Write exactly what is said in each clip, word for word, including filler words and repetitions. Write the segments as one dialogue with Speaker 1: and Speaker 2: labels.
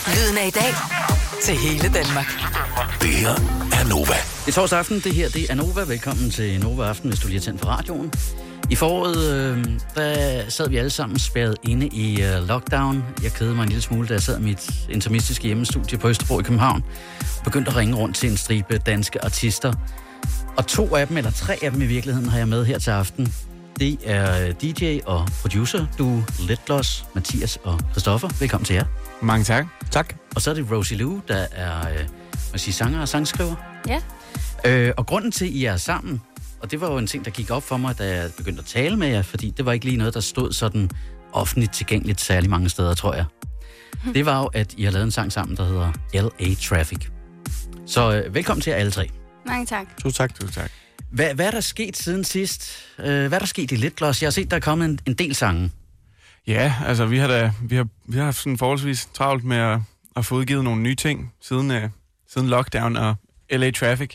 Speaker 1: Lyden af i dag til hele Danmark.
Speaker 2: Det her er Nova.
Speaker 3: Det er torsdag aften, det her det er Nova. Velkommen til Nova Aften, hvis du lige har tændt for radioen. I foråret, øh, der sad vi alle sammen spærret inde i øh, lockdown. Jeg kedede mig en lille smule, da jeg sad i mit intermistiske hjemmestudie på Østerbro i København. Og begyndte at ringe rundt til en stribe danske artister. Og to af dem, eller tre af dem i virkeligheden, har jeg med her til aften. Det er D J og producer, du Letgloss, Mathias og Christoffer. Velkommen til jer.
Speaker 4: Mange tak.
Speaker 5: Tak.
Speaker 3: Og så er det Rosie Lou, der er øh, man siger, sanger og sangskriver.
Speaker 6: Ja.
Speaker 3: Øh, og grunden til, at I er sammen, og det var jo en ting, der gik op for mig, da jeg begyndte at tale med jer, fordi det var ikke lige noget, der stod sådan offentligt tilgængeligt særlig mange steder, tror jeg. Det var jo, at I har lavet en sang sammen, der hedder L A Traffic. Så øh, velkommen til jer alle tre.
Speaker 6: Mange tak.
Speaker 4: Tusind tak. Tusind tak.
Speaker 3: Hvad, hvad er der sket siden sidst? Øh, hvad er der sket i Letgloss? Jeg har set, der er kommet en, en del sange.
Speaker 4: Ja, altså vi har da vi har, vi har haft sådan forholdsvis travlt med at, at få udgivet nogle nye ting siden, uh, siden lockdown og L A Traffic.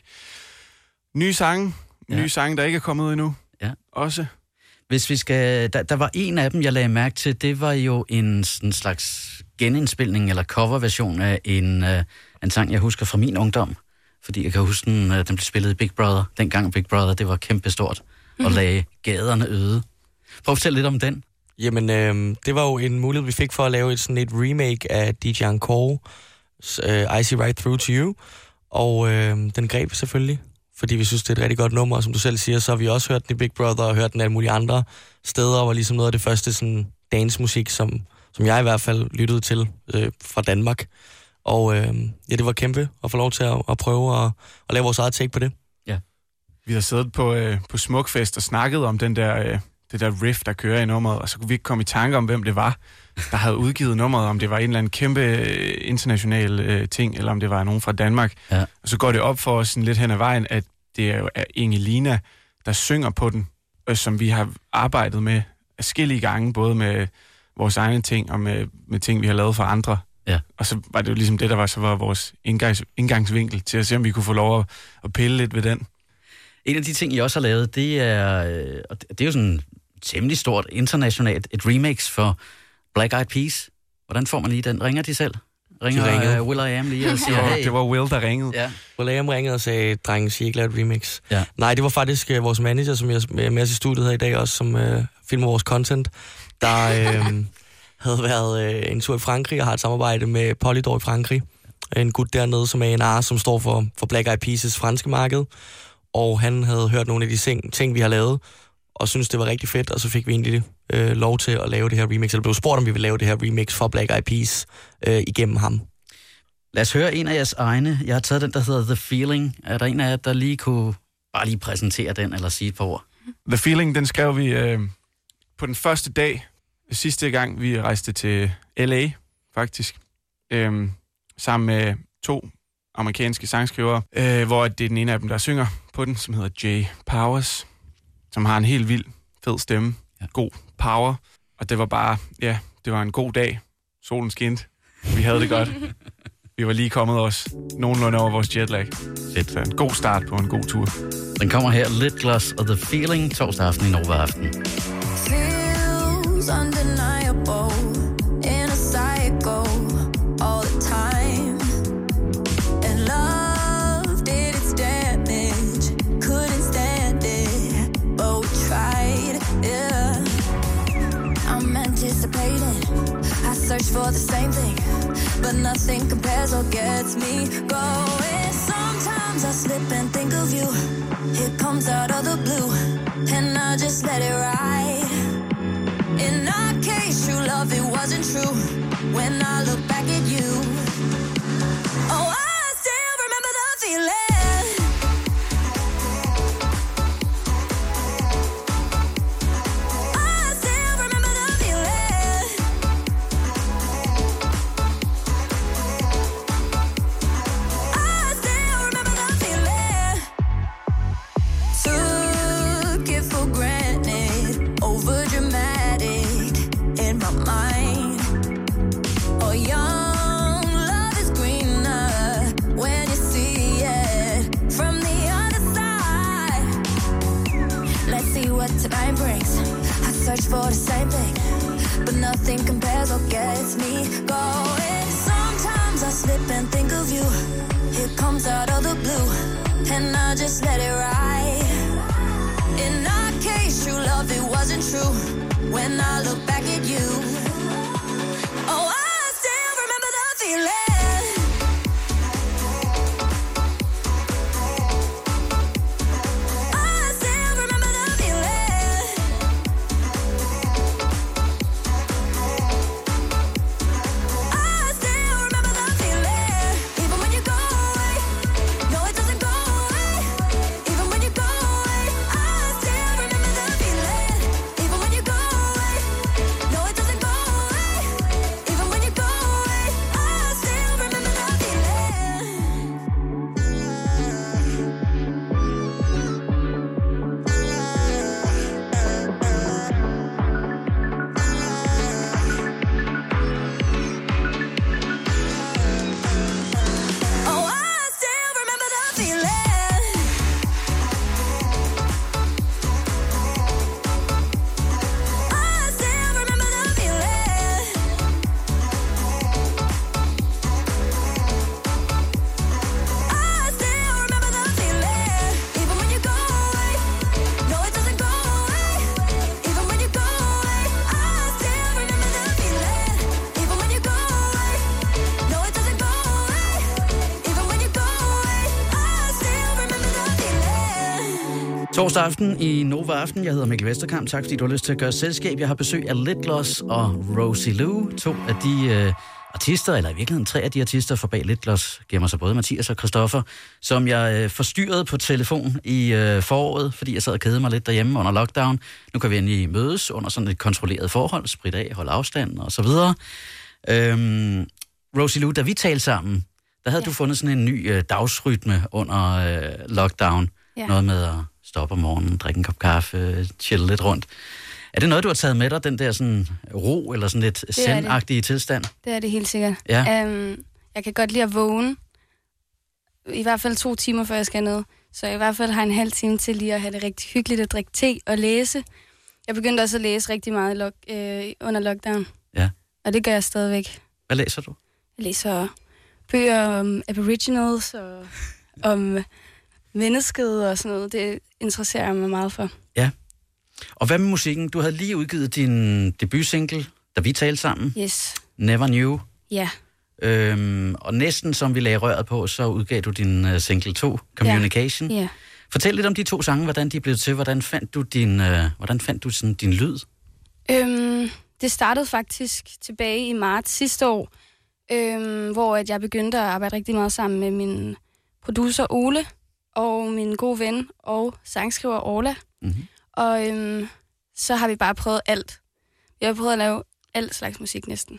Speaker 4: Nye sange, ja. nye sange, der ikke er kommet ud endnu.
Speaker 3: Ja.
Speaker 4: Også.
Speaker 3: Hvis vi skal, der, der var en af dem, jeg lagde mærke til, det var jo en, en slags genindspilning eller coverversion af en, uh, en sang, jeg husker fra min ungdom. Fordi jeg kan huske, den, uh, den blev spillet i Big Brother. Dengang Big Brother, det var kæmpestort og lagde gaderne øde. Prøv at fortælle lidt om den.
Speaker 5: Jamen, øh, det var jo en mulighed, vi fik for at lave et, sådan et remake af D J Encore's uh, I See Right Through To You. Og øh, den greb vi selvfølgelig, fordi vi synes, det er et rigtig godt nummer. Og som du selv siger, så har vi også hørt den i Big Brother og hørt den alle mulige andre steder. Og var ligesom noget af det første sådan, dance-musik, som, som jeg i hvert fald lyttede til øh, fra Danmark. Og øh, ja, det var kæmpe at få lov til at, at prøve at, at lave vores eget take på det.
Speaker 3: Ja.
Speaker 4: Vi har siddet på, øh, på Smukfest og snakket om den der, øh, det der riff, der kører i nummeret, og så kunne vi ikke komme i tanke om, hvem det var, der havde udgivet nummeret, om det var en eller anden kæmpe øh, international øh, ting, eller om det var nogen fra Danmark.
Speaker 3: Ja.
Speaker 4: Og så går det op for os sådan lidt hen ad vejen, at det er jo er Ingelina, der synger på den, øh, som vi har arbejdet med adskillige gange, både med vores egne ting og med, med ting, vi har lavet for andre.
Speaker 3: Ja. Og
Speaker 4: så var det jo ligesom det, der var, så var vores indgangs, indgangsvinkel til at se, om vi kunne få lov at, at pille lidt ved den.
Speaker 3: En af de ting, I også har lavet, det er, og det er jo sådan temmelig stort internationalt, et remix for Black Eyed Peas. Hvordan får man lige den? Ringer de selv? Ringer uh, Will I Am lige og siger,
Speaker 4: det, var,
Speaker 3: hey.
Speaker 4: det var Will, der ringede.
Speaker 3: Ja.
Speaker 5: Will I Am ringede og sagde, drengen, skal I ikke lave et remix?
Speaker 3: Ja.
Speaker 5: Nej, det var faktisk uh, vores manager, som jeg er med os i studiet her i dag også, som uh, filmer vores content, der uh, havde været uh, en tur i Frankrig og har et samarbejde med Polydor i Frankrig. En gut dernede, som er en ar, som står for, for Black Eyed Peas' franske marked. Og han havde hørt nogle af de ting, ting vi har lavet, og syntes, det var rigtig fedt, og så fik vi egentlig øh, lov til at lave det her remix, eller blev spurgt, om vi ville lave det her remix for Black Eyed Peas øh, igennem ham.
Speaker 3: Lad os høre en af jeres egne. Jeg har taget den, der hedder The Feeling. Er der en af jer, der lige kunne bare lige præsentere den, eller sige et par ord?
Speaker 4: The Feeling, den skrev vi øh, på den første dag, sidste gang vi rejste til L A, faktisk, øh, sammen med to amerikanske sangskrivere, øh, hvor det er den ene af dem, der synger på den, som hedder Jay Powers, som har en helt vild, fed stemme, ja. God power, og det var bare, ja, det var en god dag. Solen skinte, vi havde det godt. Vi var lige kommet os nogenlunde over vores jetlag.
Speaker 3: Fedt.
Speaker 4: Så en god start på en god tur.
Speaker 3: Den kommer her, Letgloss og The Feeling, torsdag aften i Nova Aften.
Speaker 7: Feels undeniable in a cycle all the time. And love did its damage, couldn't stand it, but we tried, yeah. I'm anticipating, I search for the same thing, but nothing compares or gets me going. Sometimes I slip and think of you, it comes out of the blue, and I just let it ride. In our case, true love, it wasn't true. When I look back at you, oh, I still remember the feeling. I still remember the feeling. I still remember the feeling. Took it for granted, over dramatic in my mind. Oh, young love is greener when you see it from the other side. Let's see what tonight brings. I search for the same thing, but nothing compares or gets me going. Sometimes up and think of you. It comes out of the blue, and I just let it ride. In our case, true love, it wasn't true. When I look back at you, oh, I still remember the feeling.
Speaker 3: Torsdag aften i Nova Aften. Jeg hedder Mikkel Vesterkamp. Tak fordi du har lyst til at gøre selskab. Jeg har besøg af Lip Gloss og Rosie Lou. To af de øh, artister, eller i virkeligheden tre af de artister for bag Lip Gloss, gemmer sig både Mathias og Christoffer, som jeg øh, forstyrrede på telefon i øh, foråret, fordi jeg sad og kedede mig lidt derhjemme under lockdown. Nu kan vi endelig mødes under sådan et kontrolleret forhold, spritte af, holde afstand og så videre. Øhm, Rosie Lou, da vi talte sammen, der havde ja. du fundet sådan en ny øh, dagsrytme under øh, lockdown. Ja. Noget med at stoppe om morgenen, drikke en kop kaffe, chille lidt rundt. Er det noget, du har taget med dig, den der sådan ro eller sådan lidt zen-agtige tilstand?
Speaker 6: Det er det helt sikkert.
Speaker 3: Ja.
Speaker 6: Um, jeg kan godt lide at vågne, i hvert fald to timer før jeg skal ned. Så i hvert fald har jeg en halv time til lige at have det rigtig hyggeligt at drikke te og læse. Jeg begyndte også at læse rigtig meget lok- øh, under lockdown.
Speaker 3: Ja.
Speaker 6: Og det gør jeg stadigvæk.
Speaker 3: Hvad læser du?
Speaker 6: Jeg læser bøger om aboriginals og om mennesket og sådan noget. Det interesserer jeg mig meget for.
Speaker 3: Ja. Og hvad med musikken? Du havde lige udgivet din debutsingle, da vi talte sammen.
Speaker 6: Yes.
Speaker 3: Never Knew.
Speaker 6: Ja.
Speaker 3: Øhm, og næsten som vi lagde røret på, så udgav du din uh, single to, Communication.
Speaker 6: Ja. Ja.
Speaker 3: Fortæl lidt om de to sange, hvordan de blev til. Hvordan fandt du din, uh, hvordan fandt du sådan, din lyd?
Speaker 6: Øhm, det startede faktisk tilbage i marts sidste år, øhm, hvor at jeg begyndte at arbejde rigtig meget sammen med min producer Ole og min gode ven og sangskriver Orla. Mm-hmm. Og øhm, så har vi bare prøvet alt. Vi har prøvet at lave alt slags musik næsten.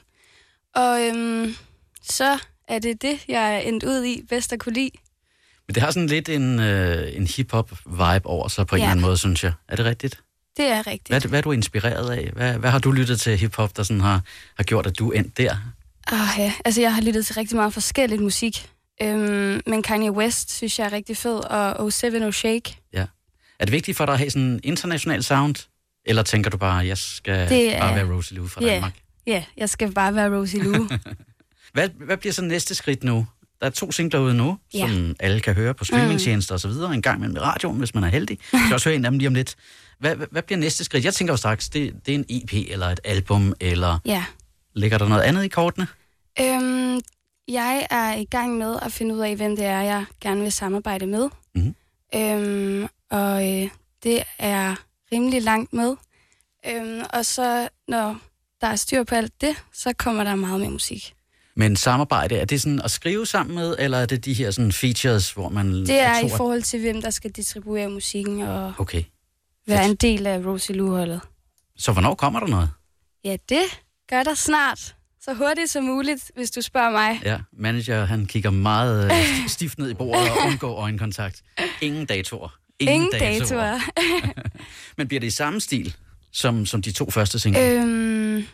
Speaker 6: Og øhm, så er det det, jeg er endt ud i bedst at kunne lide.
Speaker 3: Men det har sådan lidt en, øh, en hip-hop-vibe over sig på en
Speaker 6: ja.
Speaker 3: eller anden måde, synes jeg. Er det rigtigt?
Speaker 6: Det er rigtigt.
Speaker 3: Hvad, hvad er du inspireret af? Hvad, hvad har du lyttet til hip-hop, der sådan har, har gjort, at du endte der?
Speaker 6: Oh, ja. Altså, jeg har lyttet til rigtig meget forskelligt musik. Øhm, men Kanye West synes jeg er rigtig fed, og oh seven oh Shake.
Speaker 3: Ja. Er det vigtigt for dig at have sådan en international sound? Eller tænker du bare, at jeg skal
Speaker 6: det,
Speaker 3: bare være Rosie Lou fra
Speaker 6: yeah,
Speaker 3: Danmark?
Speaker 6: Ja, yeah, jeg skal bare være Rosie Lou.
Speaker 3: hvad, hvad bliver så næste skridt nu? Der er to singler ude nu, ja. som alle kan høre på streamingtjenester og så videre. En gang med radioen, hvis man er heldig. Jeg skal også høre en af dem lige om lidt. Hvad, hvad, hvad bliver næste skridt? Jeg tænker jo straks, det, det er en E P eller et album, eller
Speaker 6: ja. ligger
Speaker 3: der noget andet i kortene?
Speaker 6: Øhm, jeg er i gang med at finde ud af, hvem det er, jeg gerne vil samarbejde med. Mm-hmm. Øhm, og øh, det er rimelig langt med. Øhm, og så, når der er styr på alt det, så kommer der meget mere musik.
Speaker 3: Men samarbejde, er det sådan at skrive sammen med, eller er det de her sådan features, hvor man...
Speaker 6: Det er i forhold til, hvem der skal distribuere musikken og
Speaker 3: okay.
Speaker 6: være en del af Rosie Lou-holdet.
Speaker 3: Så hvornår kommer der noget?
Speaker 6: Ja, det gør der snart. Så hurtigt som muligt, hvis du spørger mig.
Speaker 3: Ja, manager, han kigger meget øh, stift ned i bordet og undgår øjenkontakt. Ingen datoer. Ingen,
Speaker 6: Ingen
Speaker 3: datoer.
Speaker 6: datoer.
Speaker 3: Men bliver det i samme stil, som, som de to første singler?
Speaker 6: Øhm,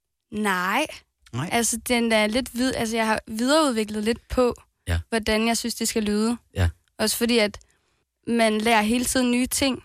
Speaker 6: nej. Nej. Altså, den er lidt vid... altså, jeg har videreudviklet lidt på, ja. hvordan jeg synes, det skal lyde. Ja. Også fordi, at man lærer hele tiden nye ting,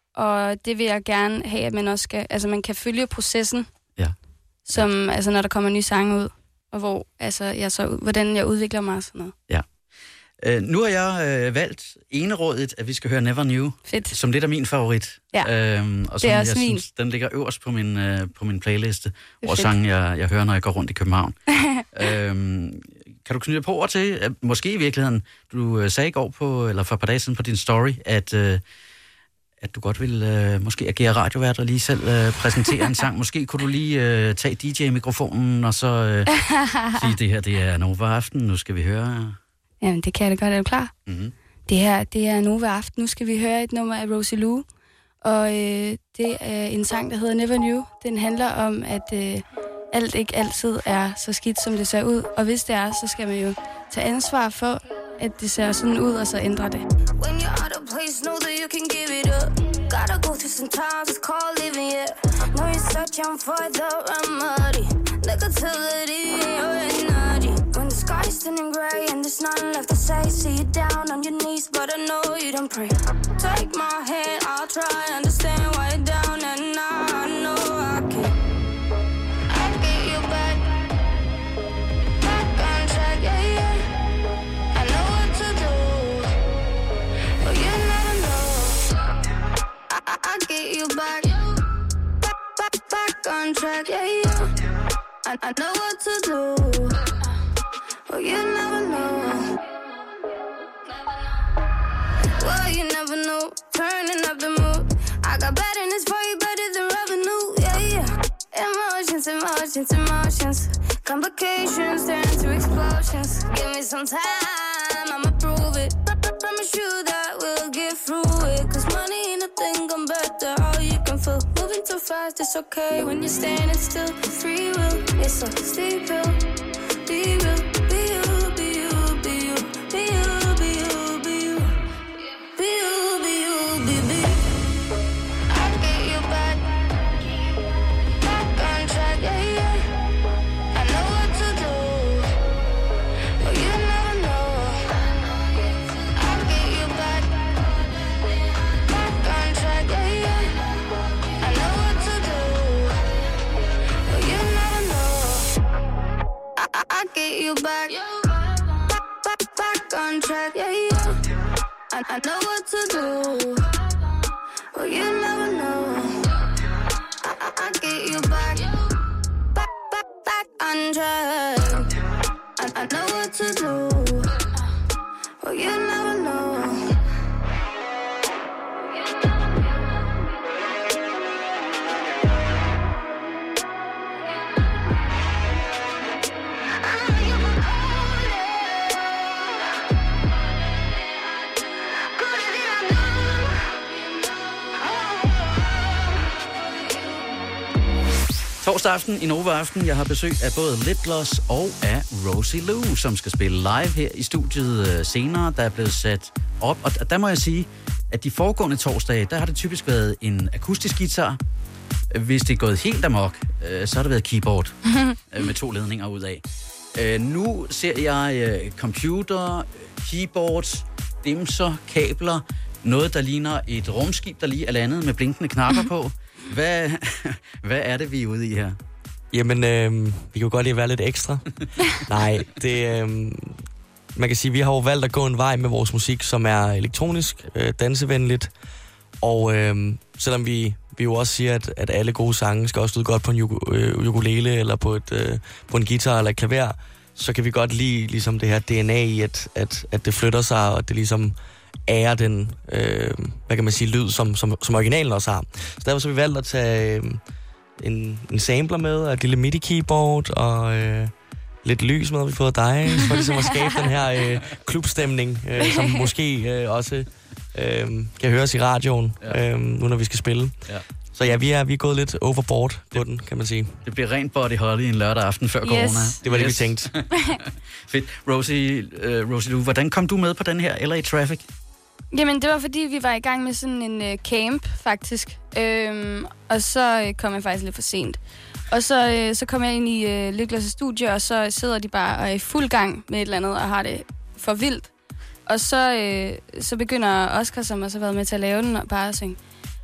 Speaker 6: og det vil jeg gerne have, at man også skal... Altså, man kan følge processen, ja. som, ja. altså, når der kommer nye sange ud. og hvor, altså, jeg så, hvordan jeg udvikler mig og sådan noget.
Speaker 3: Ja. Uh, nu har jeg uh, valgt enerådigt, at vi skal høre Never Knew,
Speaker 6: Fedt.
Speaker 3: som lidt af min favorit.
Speaker 6: Ja,
Speaker 3: uh, og som
Speaker 6: det er
Speaker 3: jeg
Speaker 6: også min.
Speaker 3: synes, den ligger øverst på min, uh, på min playliste over sange, jeg, jeg hører, når jeg går rundt i København. uh, kan du knytte på ord til, at måske i virkeligheden, du uh, sagde i går på, eller for et par dage siden på din story, at, uh, at du godt ville uh, måske agere radiovært og lige selv uh, præsentere en sang. Måske kunne du lige uh, tage D J-mikrofonen og så uh, sige, det her det er Nova Aften, nu skal vi høre...
Speaker 6: Jamen, det kan jeg da godt. Er du klar?
Speaker 3: Mm-hmm.
Speaker 6: Det her, det er Nova Aften. Nu skal vi høre et nummer af Rosie Lou. Og øh, det er en sang, der hedder Never Knew. Den handler om, at øh, alt ikke altid er så skidt, som det ser ud. Og hvis det er, så skal man jo tage ansvar for, at det ser sådan ud, og så ændre det.
Speaker 7: When you're out of place, know that you can give it up. Gotta go through some times, it's called living, yeah. Know you're searching for the remedy. Negativity in your energy. When the sky's turning gray and there's nothing left to say, see you down on your knees, but I know you don't pray. Take my hand, I'll try, understand why you're down, and now I know I can. I'll get you back, back on track, yeah, yeah. I know what to do, but you never know. I, I, I'll get you back, back, back, back on track, yeah, yeah. I, I know what to do. Well, you never know. Well, you never know. Turning up the mood. I got bad in this for you, better than revenue. Yeah, yeah. Emotions, emotions, emotions. Complications turn to explosions. Give me some time, I'ma prove it. Promise you that we'll get through it. Cause money ain't a thing, I'm better. All you can feel. Moving too fast, it's okay. When you're standing still, free will. It's a steep hill. Be real. I get you back, back, back, back on track, yeah, yeah. I, I know what to do, but you never know. I, I, I get you back, back, back, back on track. I, I know what to do, but you never know.
Speaker 3: Torsdag aften i Nova Aften. Jeg har besøg af både Lip Gloss og af Rosie Lou, som skal spille live her i studiet senere. Der er blevet sat op, og der må jeg sige, at de foregående torsdage, der har det typisk været en akustisk guitar. Hvis det er gået helt amok, så har det været keyboard med to ledninger ud af. Nu ser jeg computer, keyboards, dimser, kabler, noget der ligner et rumskib, der lige er landet med blinkende knapper på. Hvad, hvad er det, vi er ude i her?
Speaker 5: Jamen, øh, vi kan jo godt lige være lidt ekstra. Nej, det... Øh, man kan sige, vi har jo valgt at gå en vej med vores musik, som er elektronisk, øh, dansevenligt. Og øh, selvom vi, vi jo også siger, at, at alle gode sange skal også lyde godt på en øh, ukulele, eller på, et, øh, på en guitar eller et klaver, så kan vi godt lide ligesom det her D N A i, at, at, at det flytter sig, og det ligesom ærer den, øh, hvad kan man sige, lyd, som, som, som originalen også har. Så derfor så har vi valgt at tage øh, en, en sampler med, og et lille MIDI-keyboard, og øh, lidt lys med, vi har fået dig, for ligesom at skabe den her øh, klubstemning, øh, som måske øh, også øh, kan høres i radioen, øh, nu når vi skal spille. Ja. Så ja, vi er, vi er gået lidt overboard på det, den, kan man sige.
Speaker 3: Det bliver rent body holly en lørdag aften før
Speaker 6: yes.
Speaker 3: corona.
Speaker 5: Det var det,
Speaker 3: yes.
Speaker 5: vi tænkte.
Speaker 3: Fedt. Rosie, uh, Rosie Lou, hvordan kom du med på den her L A Traffic?
Speaker 6: Jamen, det var fordi, vi var i gang med sådan en uh, camp, faktisk. Øhm, og så uh, kom jeg faktisk lidt for sent. Og så, uh, så kom jeg ind i uh, Lykkels studie, og så sidder de bare og er i fuld gang med et eller andet, og har det for vildt. Og så, uh, så begynder Oscar, som også har været med til at lave den, og bare at synge,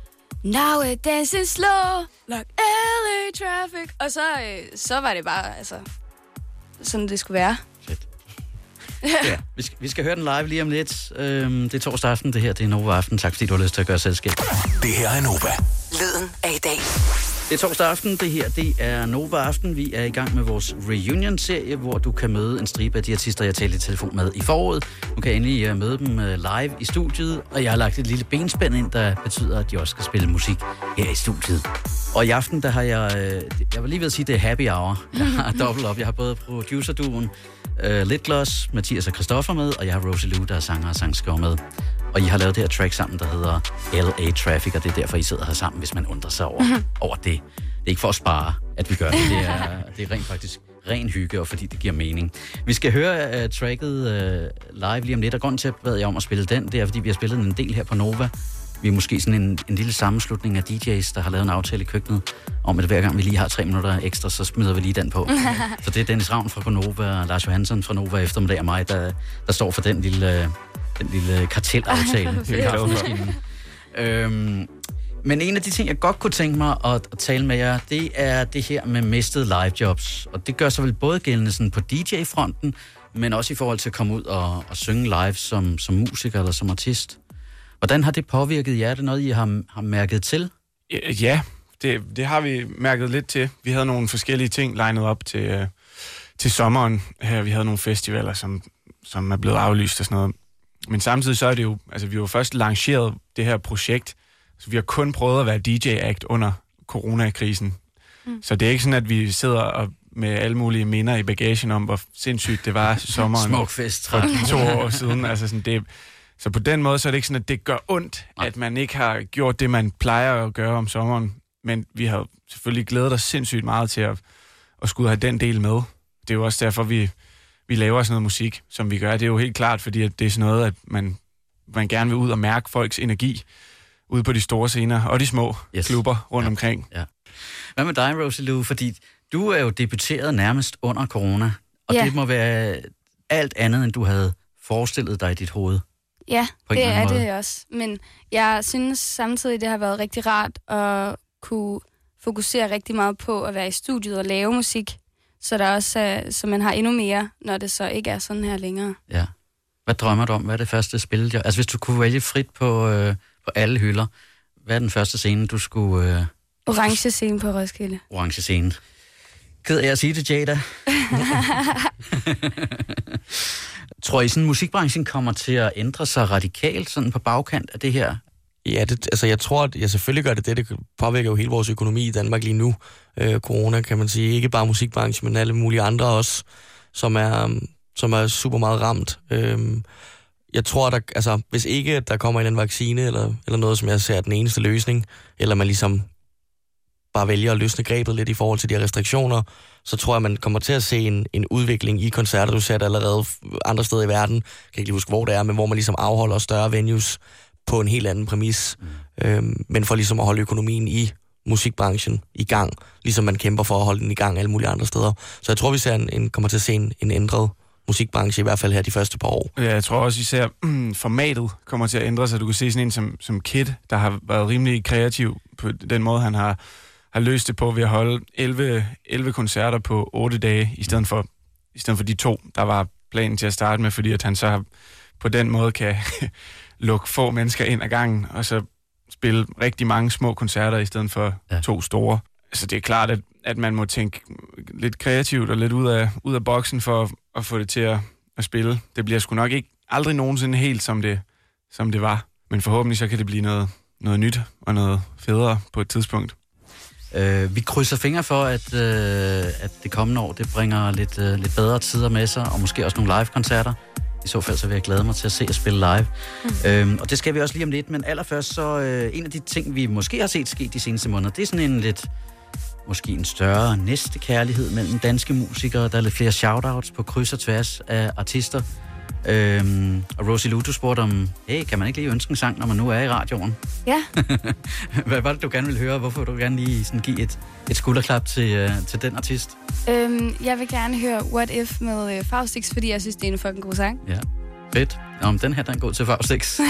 Speaker 6: Now we're dancing slow, like L A traffic. Og så, uh, så var det bare, altså... sådan det skulle være.
Speaker 3: Fedt. Ja, vi skal, vi skal høre den live lige om lidt. Øhm, det er torsdag aften, det her. Det er Nova Aften. Tak fordi du har lyst til at gøre selskab.
Speaker 2: Det her er Nova.
Speaker 1: Lyden af i dag.
Speaker 3: Det er torsdag aften, det her det er Nova Aften. Vi er i gang med vores reunion-serie, hvor du kan møde en stribe af de artister, jeg talte i telefon med i foråret. Du kan endelig møde dem live i studiet, og jeg har lagt et lille benspænd ind, der betyder, at de også skal spille musik her i studiet. Og i aften, der har jeg, jeg vil lige ved at sige, det er happy hour. Jeg har dobbelt op. Jeg har både producer-duen uh, Litgloss, Mathias og Christoffer med, og jeg har Rosie Lou, der er sanger og sangskriver med. Og I har lavet det her track sammen, der hedder L A Traffic, og det er derfor, I sidder her sammen, hvis man undrer sig over, mm-hmm. over det. Det er ikke for at spare, at vi gør det. Det er, det er rent faktisk ren hygge, og fordi det giver mening. Vi skal høre uh, tracket uh, live lige om lidt, og grunden til, at jeg bad jer om at spille den, det er, fordi vi har spillet en del her på Nova. Vi er måske sådan en, en lille sammenslutning af D J's, der har lavet en aftale i køkkenet, om at hver gang vi lige har tre minutter ekstra, så smider vi lige den på. Så det er Dennis Ravn fra Nova, og Lars Johansson fra Nova Eftermiddag og mig, der, der står for den lille... den lille kartelaftale. øhm, men en af de ting, jeg godt kunne tænke mig at, at tale med jer, det er det her med mistede live jobs. Og det gør sig vel både gældende sådan på D J-fronten, men også i forhold til at komme ud og, og synge live som, som musiker eller som artist. Hvordan har det påvirket jer? Er det noget, I har, har mærket til?
Speaker 4: Ja, det, det har vi mærket lidt til. Vi havde nogle forskellige ting legnet op til, uh, til sommeren. Her, vi havde nogle festivaler, som, som er blevet aflyst og sådan noget. Men samtidig så er det jo, altså vi har jo først lanceret det her projekt, så vi har kun prøvet at være D J-act under coronakrisen. Mm. Så det er ikke sådan, at vi sidder og med alle mulige minder i bagagen om, hvor sindssygt det var sommeren.
Speaker 3: Smukfest.
Speaker 4: For to år siden. Altså sådan, det, så på den måde, så er det ikke sådan, at det gør ondt, Nej. at man ikke har gjort det, man plejer at gøre om sommeren. Men vi har selvfølgelig glædet os sindssygt meget til at, at skulle have den del med. Det er jo også derfor, vi... Vi laver sådan noget musik, som vi gør. Det er jo helt klart, fordi det er sådan noget, at man, man gerne vil ud og mærke folks energi ude på de store scener og de små yes. klubber rundt
Speaker 3: ja.
Speaker 4: omkring.
Speaker 3: Ja. Hvad med dig, Rosie Lou? Fordi du er jo debuteret nærmest under corona, og ja. det må være alt andet, end du havde forestillet dig i dit hoved.
Speaker 6: Ja, det er måde. Det også. Men jeg synes samtidig, det har været rigtig rart at kunne fokusere rigtig meget på at være i studiet og lave musik. Så der også er, så man har endnu mere, når det så ikke er sådan her længere.
Speaker 3: Ja. Hvad drømmer du om? Hvad er det første spil? Altså hvis du kunne vælge frit på, øh, på alle hylder, hvad er den første scene, du skulle... Øh...
Speaker 6: Orange scene på Roskilde.
Speaker 3: Orange scene. Ked af at sige det, Jada. Tror I, sådan musikbranchen kommer til at ændre sig radikalt sådan på bagkant af det her?
Speaker 5: Ja, det, altså jeg tror, at jeg selvfølgelig gør det det. Det påvirker jo hele vores økonomi i Danmark lige nu. Øh, corona, kan man sige. Ikke bare musikbranchen, men alle mulige andre også, som er, som er super meget ramt. Øh, jeg tror, at der, altså, hvis ikke der kommer en eller anden vaccine, eller, eller noget, som jeg ser er den eneste løsning, eller man ligesom bare vælger at løsne grebet lidt i forhold til de her restriktioner, så tror jeg, man kommer til at se en, en udvikling i koncerter. Du ser det allerede andre steder i verden. Jeg kan ikke lige huske, hvor det er, men hvor man ligesom afholder større venues på en helt anden præmis, mm. øhm, men for ligesom at holde økonomien i musikbranchen i gang, ligesom man kæmper for at holde den i gang alle mulige andre steder. Så jeg tror, vi ser en, en, kommer til at se en, en ændret musikbranche, i hvert fald her de første par år. Ja,
Speaker 4: jeg tror også især, mm, formatet kommer til at ændre sig. Du kan se sådan en som, som Kid, der har været rimelig kreativ på den måde, han har, har løst det på ved at holde elleve, elleve koncerter på otte dage, i stedet for, i stedet for de to, der var planen til at starte med, fordi at han så på den måde kan lukke få mennesker ind ad gangen, og så spille rigtig mange små koncerter i stedet for ja. to store. Så det er klart, at, at man må tænke lidt kreativt og lidt ud af, ud af boksen for at, at få det til at, at spille. Det bliver sgu nok ikke aldrig nogensinde helt, som det, som det var. Men forhåbentlig så kan det blive noget, noget nyt og noget federe på et tidspunkt.
Speaker 3: Øh, vi krydser fingre for, at, øh, at det kommende år det bringer lidt, øh, lidt bedre tider med sig, og måske også nogle live-koncerter. I så fald så vil jeg glæde mig til at se og spille live. Mm. Øhm, og det skal vi også lige om lidt, men allerførst så øh, en af de ting, vi måske har set ske de seneste måneder, det er sådan en lidt, måske en større næstekærlighed mellem danske musikere. Der er lidt flere shoutouts på kryds og tværs af artister. Øhm, og Rosie Lou, du spurgte om, hey, kan man ikke lige ønske en sang, når man nu er i radioen?
Speaker 6: Ja.
Speaker 3: Hvad var det, du gerne ville høre? Hvorfor vil du gerne lige sådan give et, et skulderklap til, uh, til den artist?
Speaker 6: Øhm, jeg vil gerne høre What If med uh, Faustix, fordi jeg synes, det er en fucking god sang.
Speaker 3: Ja, fedt. Nå, men den her, den går til Faustix.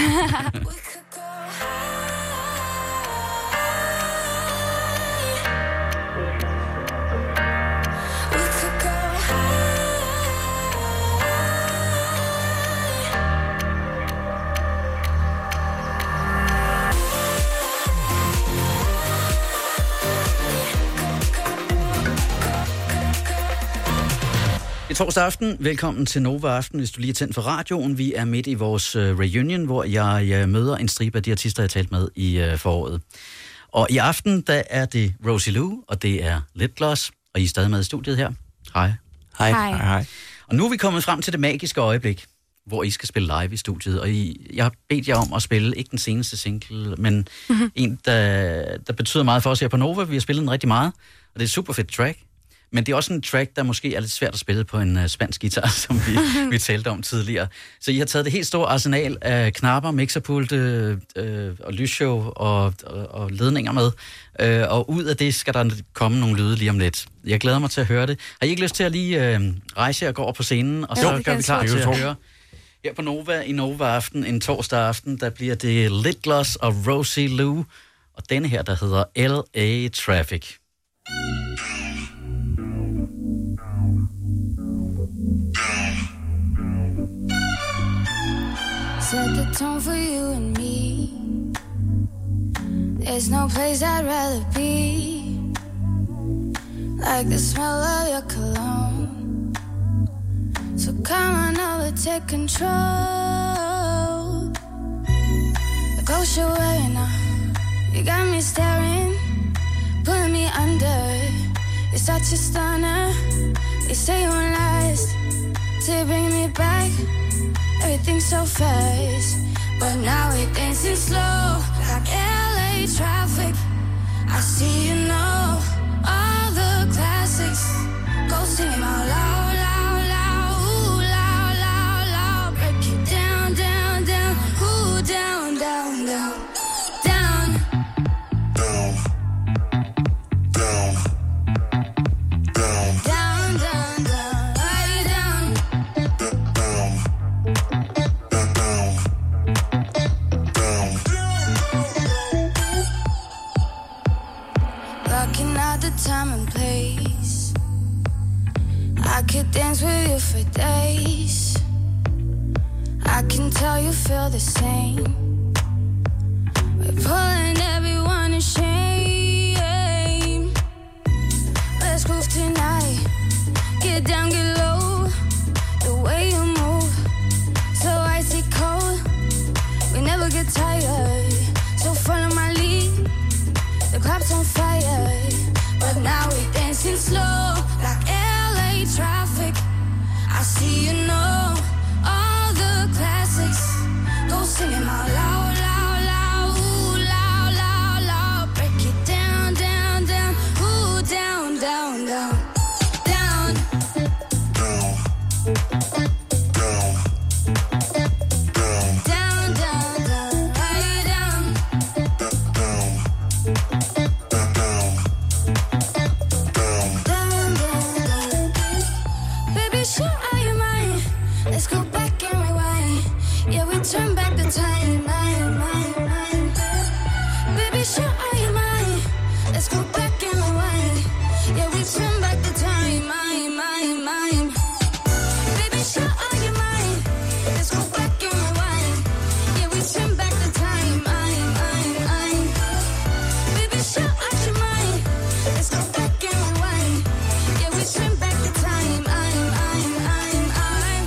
Speaker 3: torsdag aften. Velkommen til Nova Aften, hvis du lige er tændt for radioen. Vi er midt i vores uh, reunion, hvor jeg, jeg møder en stribe af de artister, jeg har talt med i uh, foråret. Og i aften, der er det Rosie Lou, og det er Lip Gloss, og I er stadig med i studiet her. Hej.
Speaker 5: Hej.
Speaker 6: Hej.
Speaker 4: Hej, hej.
Speaker 3: Og nu er vi kommet frem til det magiske øjeblik, hvor I skal spille live i studiet. Og I, jeg har bedt jer om at spille, ikke den seneste single, men mm-hmm. en, der, der betyder meget for os her på Nova. Vi har spillet den rigtig meget, og det er et super fedt track. Men det er også en track, der måske er lidt svært at spille på en uh, spansk guitar, som vi, vi talte om tidligere. Så I har taget det helt store arsenal af knapper, mixerpulte øh, og lysshow og, og, og ledninger med. Øh, og ud af det skal der komme nogle lyde lige om lidt. Jeg glæder mig til at høre det. Har I ikke lyst til at lige øh, rejse og gå over på scenen, og så
Speaker 6: jo,
Speaker 3: gør vi klar til
Speaker 4: jeg
Speaker 3: at høre? Her på Nova, i Nova Aften, en torsdag aften, der bliver det Lip Gloss og Rosie Lou, og denne her, der hedder L A Traffic.
Speaker 7: Set the tone for you and me. There's no place I'd rather be. Like the smell of your cologne. So come on over, take control. The clothes you're wearing now, you got me staring, pulling me under. You're such a stunner. They say you won't last, till you bring me back. Everything's so fast, but now we're dancing slow, like L A traffic. I see you know all the classics. Go sing them out loud, loud, loud, ooh, loud, loud, loud. Break it down, down, down, ooh, down, down, down, down, down, down, down, down, down, down, right down. Blocking out the time and place. I could dance with you for days. I can tell you feel the same. We're pulling everyone to shame. Let's groove tonight. Get down, get low. The way you move, so icy cold. We never get tired. So follow my lead. The club's on fire, but now we're dancing slow, like L A traffic. I see you know all the classics. Go sing them out loud, loud, loud, ooh, loud, loud, loud. Break it down, down, down, ooh, down, down, down, down, down, down, down, down, down, right down. Let's go back and rewind. Yeah, we turn back the time. Mine, mine, mine. Baby, show all your mind. Let's go back and rewind. Yeah, we turn back the time. Mine, mine, mine. Baby, show all your mind. Let's go back and rewind. Yeah, we turn back the time. Mine, mine, mine. Baby, show all your mind. Let's go back and rewind. Yeah, we turn back the time. Mine, mine, mine, mine.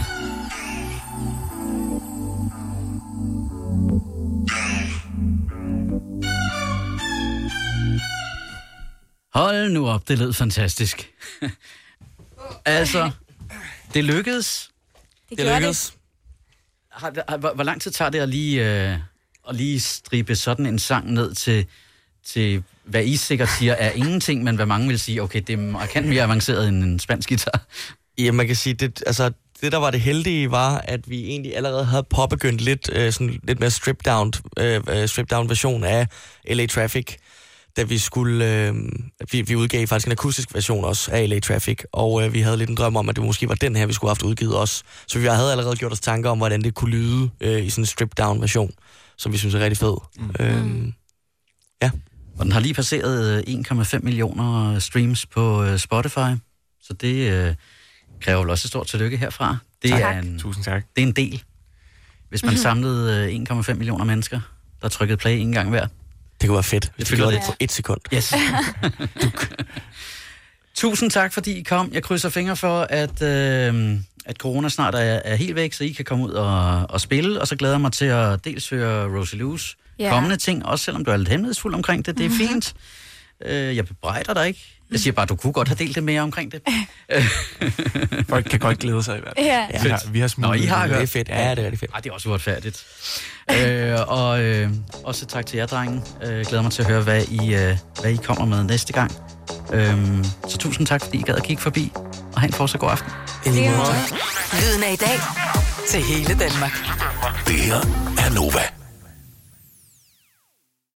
Speaker 3: Hold nu op, det lød fantastisk. Altså, det lykkedes.
Speaker 6: Det,
Speaker 5: Det
Speaker 6: gjorde
Speaker 5: lykkedes.
Speaker 3: Har, har, hvor, hvor lang tid tager det at lige, øh, at lige stribe sådan en sang ned til, til, hvad I sikkert siger er ingenting, men hvad mange vil sige, okay, det er markant mere avanceret end en spansk guitar.
Speaker 5: Ja, man kan sige, det, altså, det der var det heldige var, at vi egentlig allerede havde påbegyndt lidt, øh, sådan, lidt mere stripped down, øh, stripped down version af L A Traffic, da vi skulle, øh, vi, vi udgav faktisk en akustisk version også af L A Traffic, og øh, vi havde lidt en drøm om, at det måske var den her, vi skulle have haft udgivet også. Så vi havde allerede gjort os tanker om, hvordan det kunne lyde øh, i sådan en stripped down version, som vi synes er rigtig fed. Mm. Øhm, ja.
Speaker 3: Og den har lige passeret en komma fem millioner streams på Spotify, så det øh, kræver vel også et stort tillykke herfra. Det
Speaker 4: Tak.
Speaker 3: er en,
Speaker 4: Tusind tak.
Speaker 3: det er en del. Hvis man mm-hmm. samlede en komma fem millioner mennesker, der trykkede play en gang hver.
Speaker 5: Det kunne være fedt, hvis
Speaker 3: Det
Speaker 5: vi gjorde
Speaker 3: fylder
Speaker 5: det på et sekund.
Speaker 3: Yes. Tusind tak, fordi I kom. Jeg krydser fingre for, at, øh, at corona snart er, er helt væk, så I kan komme ud og, og spille. Og så glæder jeg mig til at dels høre Rosie Lou's
Speaker 6: Ja.
Speaker 3: kommende ting, også selvom du er lidt hemmelighedsfuld omkring det. Det er
Speaker 6: Mhm.
Speaker 3: fint. Øh, jeg bebrejder dig ikke. Jeg siger bare, at du kunne godt have delt det mere omkring det.
Speaker 4: Folk kan godt glæde sig i hvert fald.
Speaker 6: Ja.
Speaker 4: Vi har, vi har
Speaker 3: Nå, I har
Speaker 5: Det er
Speaker 3: hørt.
Speaker 5: fedt. Ja, det er rigtig fedt.
Speaker 3: Ej, det er også uretfærdigt. øh, og øh, også tak til jer, drenge. Øh, glæder mig til at høre, hvad I, øh, hvad I kommer med næste gang. Øh, så tusind tak, fordi I gad at kigge forbi. Og have en fortsat god aften.
Speaker 5: I lige måde.
Speaker 1: Lyden af i dag til hele Danmark.
Speaker 2: Det her er Nova.